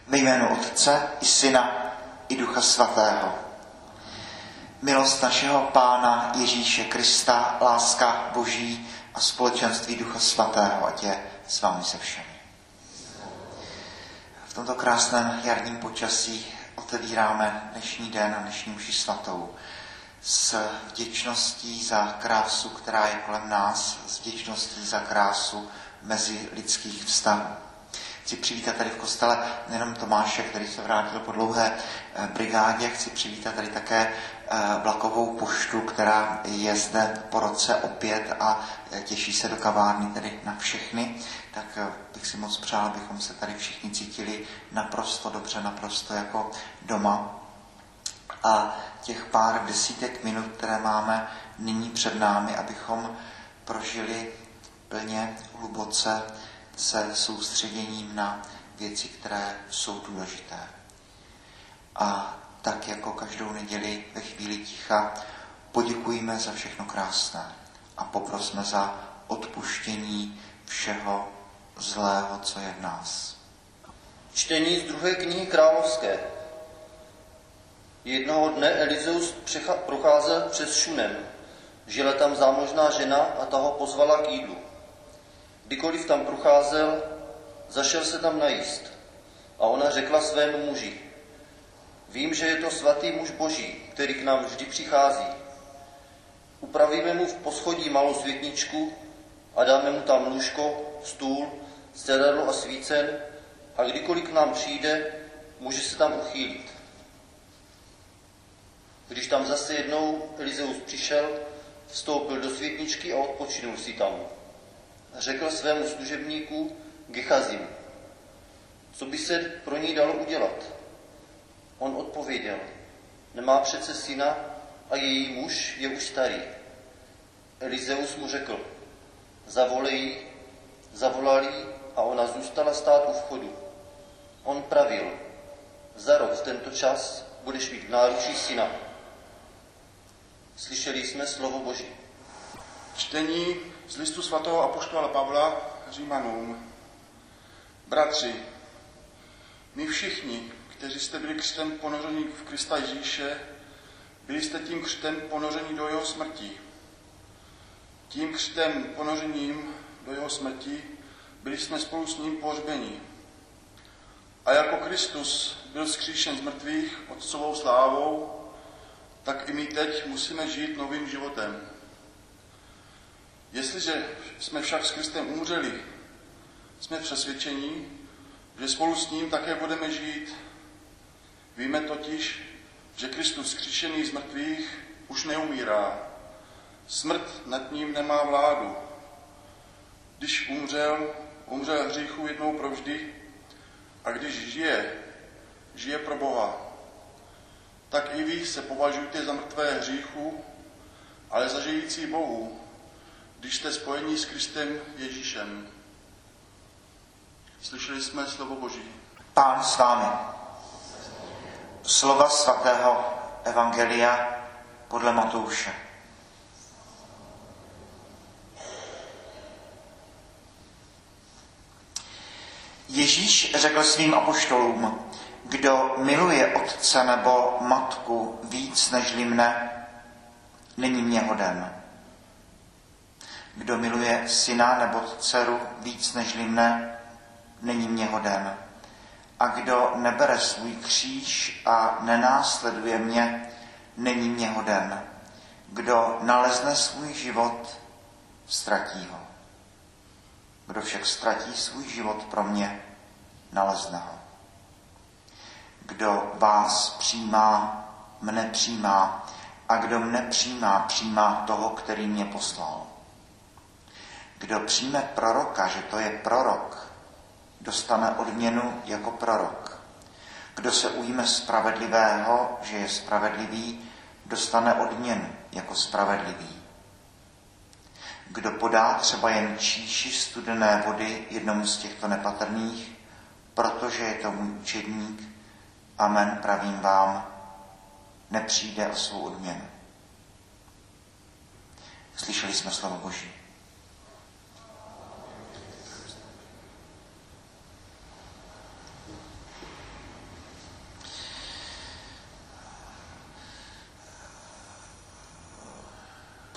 Ve jménu Otce i Syna i Ducha Svatého. Milost našeho Pána Ježíše Krista, láska Boží a společenství Ducha Svatého, ať je s vámi se všemi. V tomto krásném jarním počasí otevíráme dnešní den a dnešní mši svatou s vděčností za krásu, která je kolem nás, s vděčností za krásu mezi lidských vztahů. Chci přivítat tady v kostele nejenom Tomáše, který se vrátil po dlouhé brigádě, chci přivítat tady také vlakovou poštu, která je zde po roce opět a těší se do kavárny tedy na všechny. Tak bych si moc přál, abychom se tady všichni cítili naprosto dobře, naprosto jako doma. A těch pár desítek minut, které máme nyní před námi, abychom prožili plně, hluboce, se soustředěním na věci, které jsou důležité. A tak jako každou neděli ve chvíli ticha poděkujeme za všechno krásné a poprosme za odpuštění všeho zlého, co je v nás. Čtení z 2. knihy Královské. Jednoho dne Elizeus procházel přes Šunem. Žila tam zámožná žena a ta ho pozvala k jídlu. Kdykoliv tam procházel, zašel se tam najíst. A ona řekla svému muži: Vím, že je to svatý muž Boží, který k nám vždy přichází. Upravíme mu v poschodí malou světničku a dáme mu tam lůžko, stůl, sedadlo a svícen a kdykoliv k nám přijde, může se tam uchýlit. Když tam zase jednou Elizeus přišel, vstoupil do světničky a odpočinul si tam. Řekl svému služebníku Gechazimu: Co by se pro ní dalo udělat? On odpověděl: Nemá přece syna a její muž je už starý. Elizeus mu řekl: Zavolej ji. Zavolal ji a ona zůstala stát u vchodu. On pravil: Za rok v tento čas budeš mít v náručí syna. Slyšeli jsme slovo Boží. Čtení z listu svatého apoštola Pavla Římanům. Bratři, my všichni, kteří jste byli křtem ponoření v Krista Ježíše, byli jste tím křtem ponoření do jeho smrti. Tím křtem ponořením do jeho smrti byli jsme spolu s ním pohřbeni. A jako Kristus byl vzkříšen z mrtvých otcovou slávou, tak i my teď musíme žít novým životem. Jestliže jsme však s Kristem umřeli, jsme přesvědčeni, že spolu s ním také budeme žít. Víme totiž, že Kristus vzkříšený z mrtvých už neumírá. Smrt nad ním nemá vládu. Když umřel hříchu jednou provždy, a když žije pro Boha. Tak i vy se považujte za mrtvé hříchu, ale za žijící Bohu, když jste spojení s Kristem Ježíšem. Slyšeli jsme slovo Boží. Pán s vámi. Slova svatého evangelia podle Matouše. Ježíš řekl svým apoštolům: Kdo miluje otce nebo matku víc nežli mne, není mě hoden. Kdo miluje syna nebo dceru víc nežli mne, není mě hoden. A kdo nebere svůj kříž a nenásleduje mě, není mě hoden. Kdo nalezne svůj život, ztratí ho. Kdo však ztratí svůj život pro mě, nalezne ho. Kdo vás přijímá, mne přijímá, a kdo mne přijímá, přijímá toho, který mě poslal. Kdo přijme proroka, že to je prorok, dostane odměnu jako prorok. Kdo se ujme spravedlivého, že je spravedlivý, dostane odměnu jako spravedlivý. Kdo podá třeba jen číši studené vody jednomu z těchto nepatrných, protože je to můj učedník, amen, pravím vám, nepřijde o svou odměnu. Slyšeli jsme slovo Boží.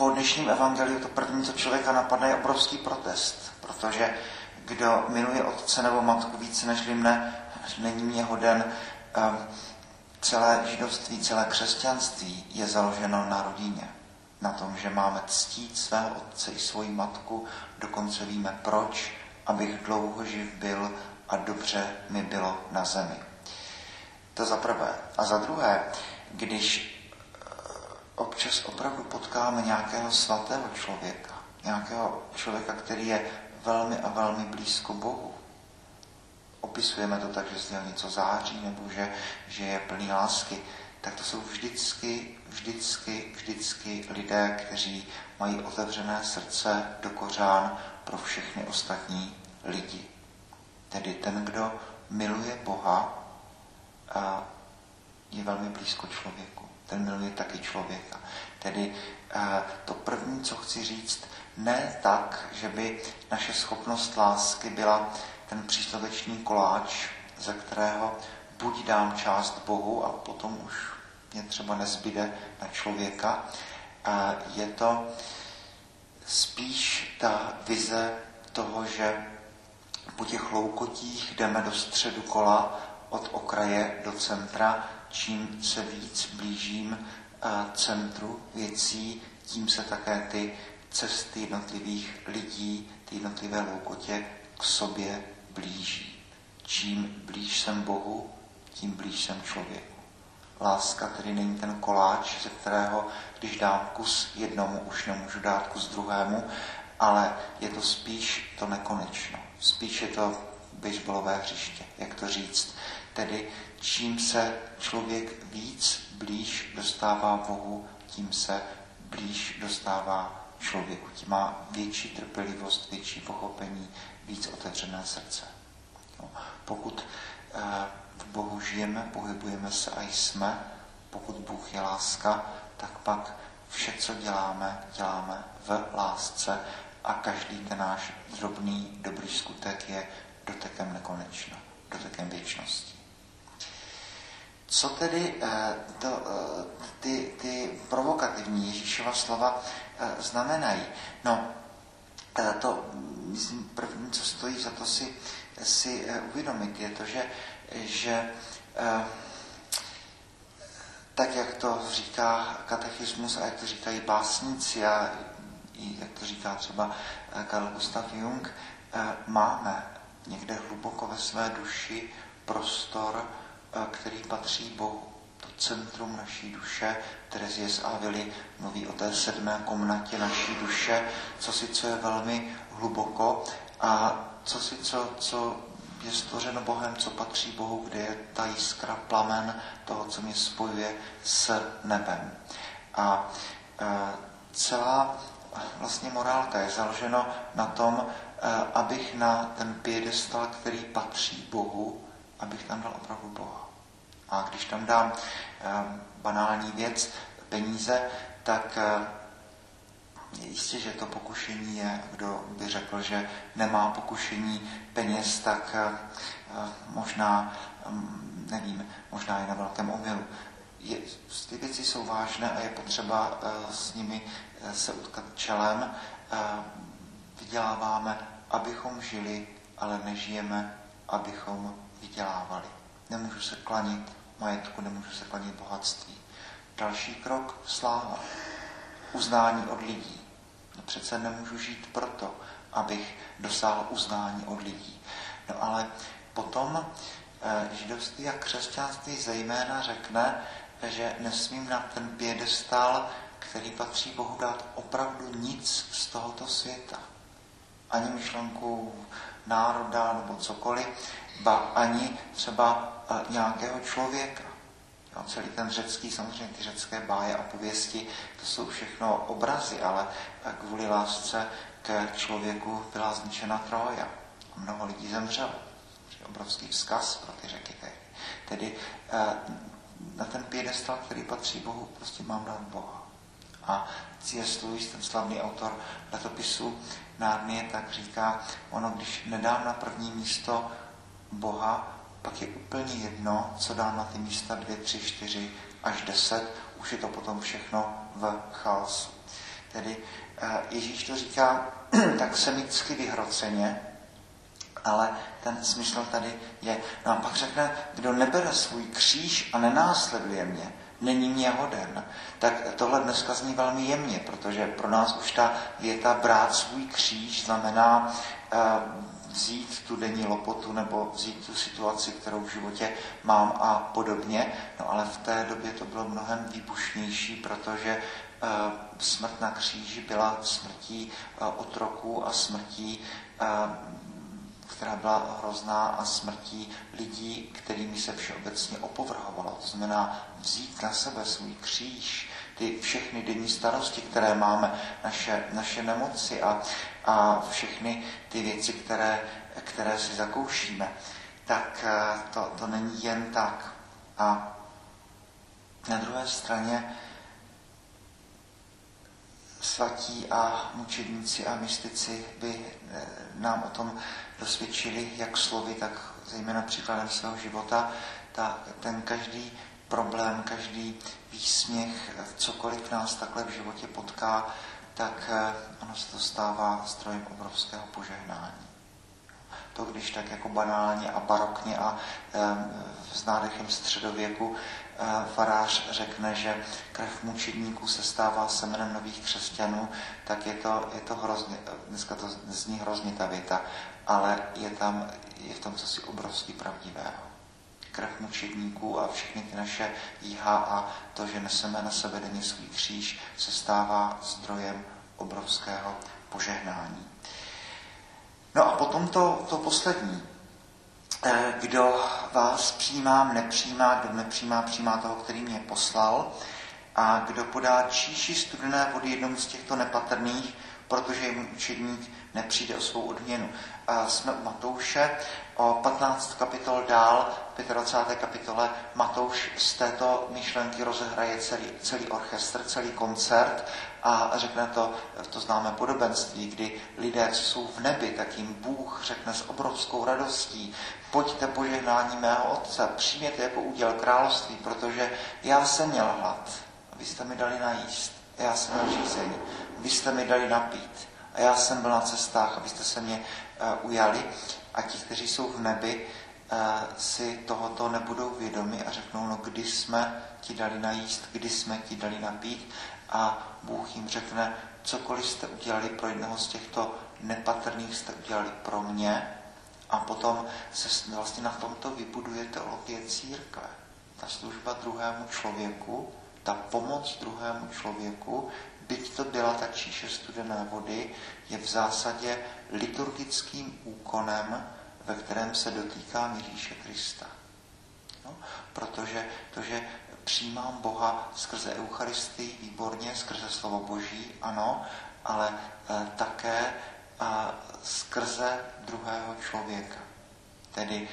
po dnešním evangeliu to první, co člověka napadne, je obrovský protest, protože kdo miluje otce nebo matku více než mne, není mě hoden. Celé židovství, celé křesťanství je založeno na rodině. Na tom, že máme ctít svého otce i svoji matku, dokonce víme proč, abych dlouho živ byl a dobře mi bylo na zemi. To za prvé. A za druhé, když občas opravdu potkáme nějakého svatého člověka, nějakého člověka, který je velmi a velmi blízko Bohu, opisujeme to tak, že z něho něco září, nebo že je plný lásky, tak to jsou vždycky lidé, kteří mají otevřené srdce do kořán pro všechny ostatní lidi. Tedy ten, kdo miluje Boha, je velmi blízko člověku. Ten miluje taky člověka. Tedy to první, co chci říct, ne tak, že by naše schopnost lásky byla ten příslovečný koláč, ze kterého buď dám část Bohu a potom už mě třeba nezbyde na člověka. Je to spíš ta vize toho, že po těch loukotích jdeme do středu kola od okraje do centra, čím se víc blížím centru věcí, tím se také ty cesty jednotlivých lidí, ty jednotlivé loukotě k sobě blíží. Čím blíž jsem Bohu, tím blíž jsem člověku. Láska tedy není ten koláč, ze kterého, když dám kus jednomu, už nemůžu dát kus druhému, ale je to spíš to nekonečno. Spíš je to baseballové hřiště, jak to říct. Tedy čím se člověk víc blíž dostává Bohu, tím se blíž dostává člověku. Tím má větší trpělivost, větší pochopení, víc otevřené srdce. Pokud v Bohu žijeme, pohybujeme se a jsme, pokud Bůh je láska, tak pak vše, co děláme v lásce a každý ten náš drobný dobrý skutek je dotekem nekonečna, dotekem věčnosti. Co tedy ty provokativní Ježíšova slova znamenají? No, to, myslím, první, co stojí za to si uvědomit, je to, že tak, jak to říká katechismus a jak to říkají básníci a jak to říká třeba Carl Gustav Jung, máme někde hluboko ve své duši prostor, který patří Bohu. To centrum naší duše, Terezie z Avily mluví o té 7. komnatě naší duše, co je velmi hluboko a co je stvořeno Bohem, co patří Bohu, kde je ta jiskra, plamen toho, co mě spojuje s nebem. A celá vlastně morálka je založena na tom, abych na ten piedestal, který patří Bohu, abych tam dal opravdu Boha. A když tam dám banální věc, peníze, tak jistě, že to pokušení je, kdo by řekl, že nemá pokušení peněz, tak možná, nevím, možná je na velkém omylu. Ty věci jsou vážné a je potřeba s nimi se utkat čelem. Vyděláváme, abychom žili, ale nežijeme, abychom vydělávali. Nemůžu se klanit majetku, nemůžu se klanit bohatství. Další krok, sláva. Uznání od lidí. No přece nemůžu žít proto, abych dosáhl uznání od lidí. No ale potom židovství a křesťanství zejména řekne, že nesmím na ten piedestal, který patří Bohu, dát opravdu nic z tohoto světa. Ani myšlenku národa nebo cokoliv, ba ani třeba nějakého člověka. Jo, celý ten řecký, samozřejmě ty řecké báje a pověsti, to jsou všechno obrazy, ale kvůli lásce k člověku byla zničena Trója. Mnoho lidí zemřelo. Obrovský vzkaz pro ty Řeky. Tedy na ten piedestal, který patří Bohu, prostě mám dát Boha. A C.S. Lewis, ten slavný autor letopisu Narnie, tak říká, ono, když nedám na první místo Boha, pak je úplně jedno, co dám na ty místa 2, 3, 4 až 10, už je to potom všechno v chaosu. Tedy Ježíš to říká tak semicky vyhroceně, ale ten smysl tady je. No a pak řekne, kdo nebere svůj kříž a nenásleduje mě, není mě hoden. Tak tohle dneska zní velmi jemně, protože pro nás už ta věta brát svůj kříž znamená vzít tu denní lopotu nebo vzít tu situaci, kterou v životě mám a podobně. No ale v té době to bylo mnohem výbušnější, protože smrt na kříži byla smrtí otroků a smrtí, která byla hrozná, a smrtí lidí, kterými se všeobecně opovrhovalo. To znamená vzít na sebe svůj kříž, ty všechny denní starosti, které máme, naše nemoci a všechny ty věci, které si zakoušíme, tak to není jen tak. A na druhé straně svatí a mučedníci a mystici by nám o tom dosvědčili jak slovy, tak zejména příkladem svého života. Ten každý problém, každý výsměch, cokoliv nás takhle v životě potká, tak ono se to stává zdrojem obrovského požehnání. To, když tak jako banálně a barokně a s nádechem středověku farář řekne, že krev mučedníků se stává semenem nových křesťanů, tak je to hrozně, dneska to zní hrozně ta věta, ale je v tom cosi obrovský pravdivého. Krev mučedníků a všechny ty naše jíha a to, že neseme na sebe denně svůj kříž, se stává zdrojem obrovského požehnání. No a potom to poslední. Kdo vás přijímám, nepřijímá, kdo nepřijímá, přijímá toho, který mě poslal. A kdo podá číši studené vody jednomu z těchto nepatrných, protože jemu učedník nepřijde o svou odměnu. Jsme u Matouše, o 15 kapitol dál, v 25. kapitole Matouš z této myšlenky rozehraje celý orchestr, celý koncert a řekne to známé podobenství, kdy lidé, co jsou v nebi, tak jim Bůh řekne s obrovskou radostí: pojďte požehnání mého Otce, přijměte jako úděl království, protože já jsem měl hlad, vy jste mi dali najíst, já jsem měl žízeň, vy jste mi dali napít, a já jsem byl na cestách, abyste se mě ujali. A ti, kteří jsou v nebi, si tohoto nebudou vědomi a řeknou, no kdy jsme ti dali najíst, kdy jsme ti dali napít. A Bůh jim řekne, cokoliv jste udělali pro jednoho z těchto nepatrných, jste udělali pro mě. A potom se vlastně na tomto vybuduje teologie církve. Ta služba druhému člověku, ta pomoc druhému člověku, byť to byla ta číše studené vody, je v zásadě liturgickým úkonem, ve kterém se dotýkám Ježíše Krista. No, protože přijímám Boha skrze Eucharistii, výborně, skrze slovo Boží, ano, ale také skrze druhého člověka. Tedy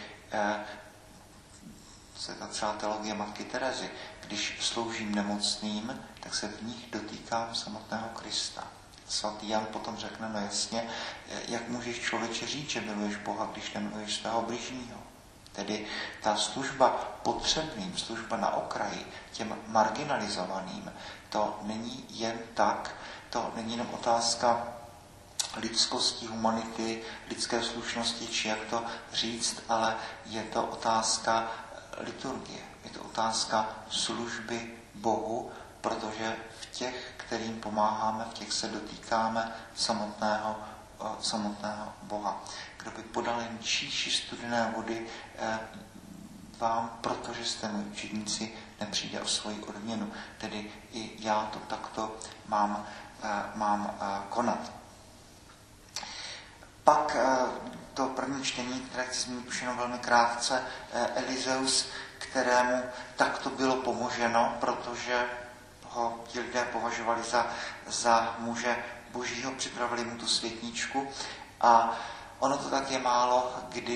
to je ta celá teologie Matky Terezy. Když sloužím nemocným, tak se v nich dotýkám samotného Krista. Svatý Jan potom řekne, no jasně, jak můžeš člověče říct, že miluješ Boha, když nemiluješ svého bližního. Tedy ta služba potřebným, služba na okraji, těm marginalizovaným, to není jen tak, to není jenom otázka lidskosti, humanity, lidské slušnosti, či jak to říct, ale je to otázka liturgie. Je to otázka služby Bohu, protože v těch, kterým pomáháme, v těch se dotýkáme samotného Boha. Kdo by podal jen číši studené vody vám, protože jste moji učedníci, nepřijde o svoji odměnu. Tedy i já to takto mám konat. Pak to první čtení, které chci zmínit už jenom velmi krátce, Elizeus, kterému takto bylo pomoženo, protože ho ti lidé považovali za muže Božího, připravili mu tu světničku. A ono to tak je málo,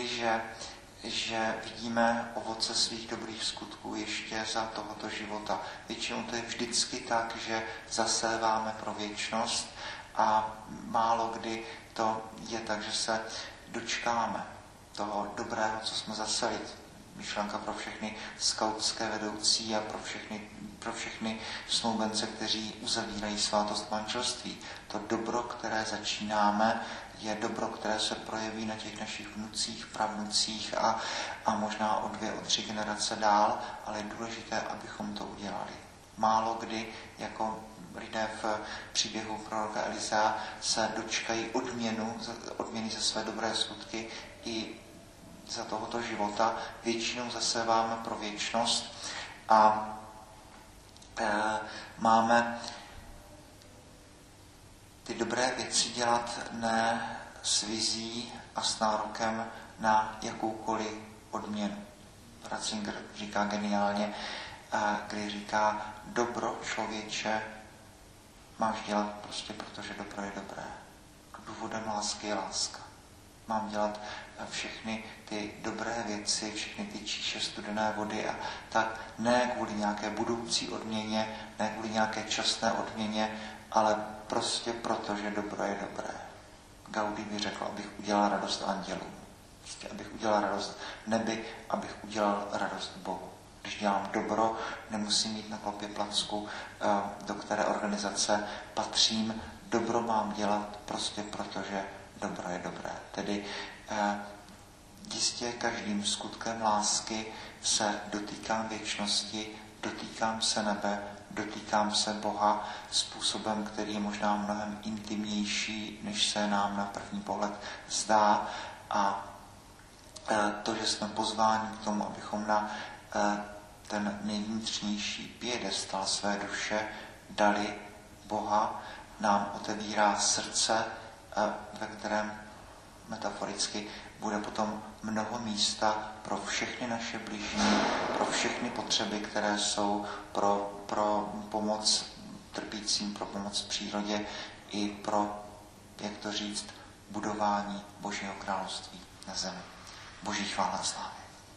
že vidíme ovoce svých dobrých skutků ještě za tohoto života. Většinou to je vždycky tak, že zaséváme pro věčnost a málo kdy to je tak, že se dočkáme toho dobrého, co jsme zaseli. myšlenka pro všechny skautské vedoucí a pro všechny snoubence, kteří uzavírají svátost manželství. To dobro, které začínáme, je dobro, které se projeví na těch našich vnucích, pravnucích a možná o 2, o 3 generace dál, ale je důležité, abychom to udělali. Málo kdy, jako lidé v příběhu proroka Elizea, se dočkají odměny za své dobré skutky i za tohoto života. Většinou zaseváme pro věčnost a máme ty dobré věci dělat ne s vizí a s nárokem na jakoukoliv odměnu. Ratzinger říká geniálně, kdy říká, dobro člověče máš dělat prostě protože dobro je dobré. Důvodem lásky je láska. Mám dělat všechny ty dobré věci, všechny ty číše studené vody a tak ne kvůli nějaké budoucí odměně, ne kvůli nějaké časné odměně, ale prostě proto, že dobro je dobré. Gaudí by řekl, abych udělal radost andělům. Prostě abych udělal radost nebi, abych udělal radost Bohu. Když dělám dobro, nemusím mít na klopě placku, do které organizace patřím. Dobro mám dělat prostě proto, že dobro je dobré. Tedy jistě každým skutkem lásky se dotýkám věčnosti, dotýkám se nebe, dotýkám se Boha způsobem, který je možná mnohem intimnější, než se nám na první pohled zdá. A to, že jsme pozváni k tomu, abychom na ten nejvnitřnější piedestal své duše dali Boha, nám otevírá srdce, ve kterém metaforicky bude potom mnoho místa pro všechny naše bližní, pro všechny potřeby, které jsou pro pomoc trpícím, pro pomoc přírodě i pro, jak to říct, budování Božího království na zemi. Boží chvála a slávy.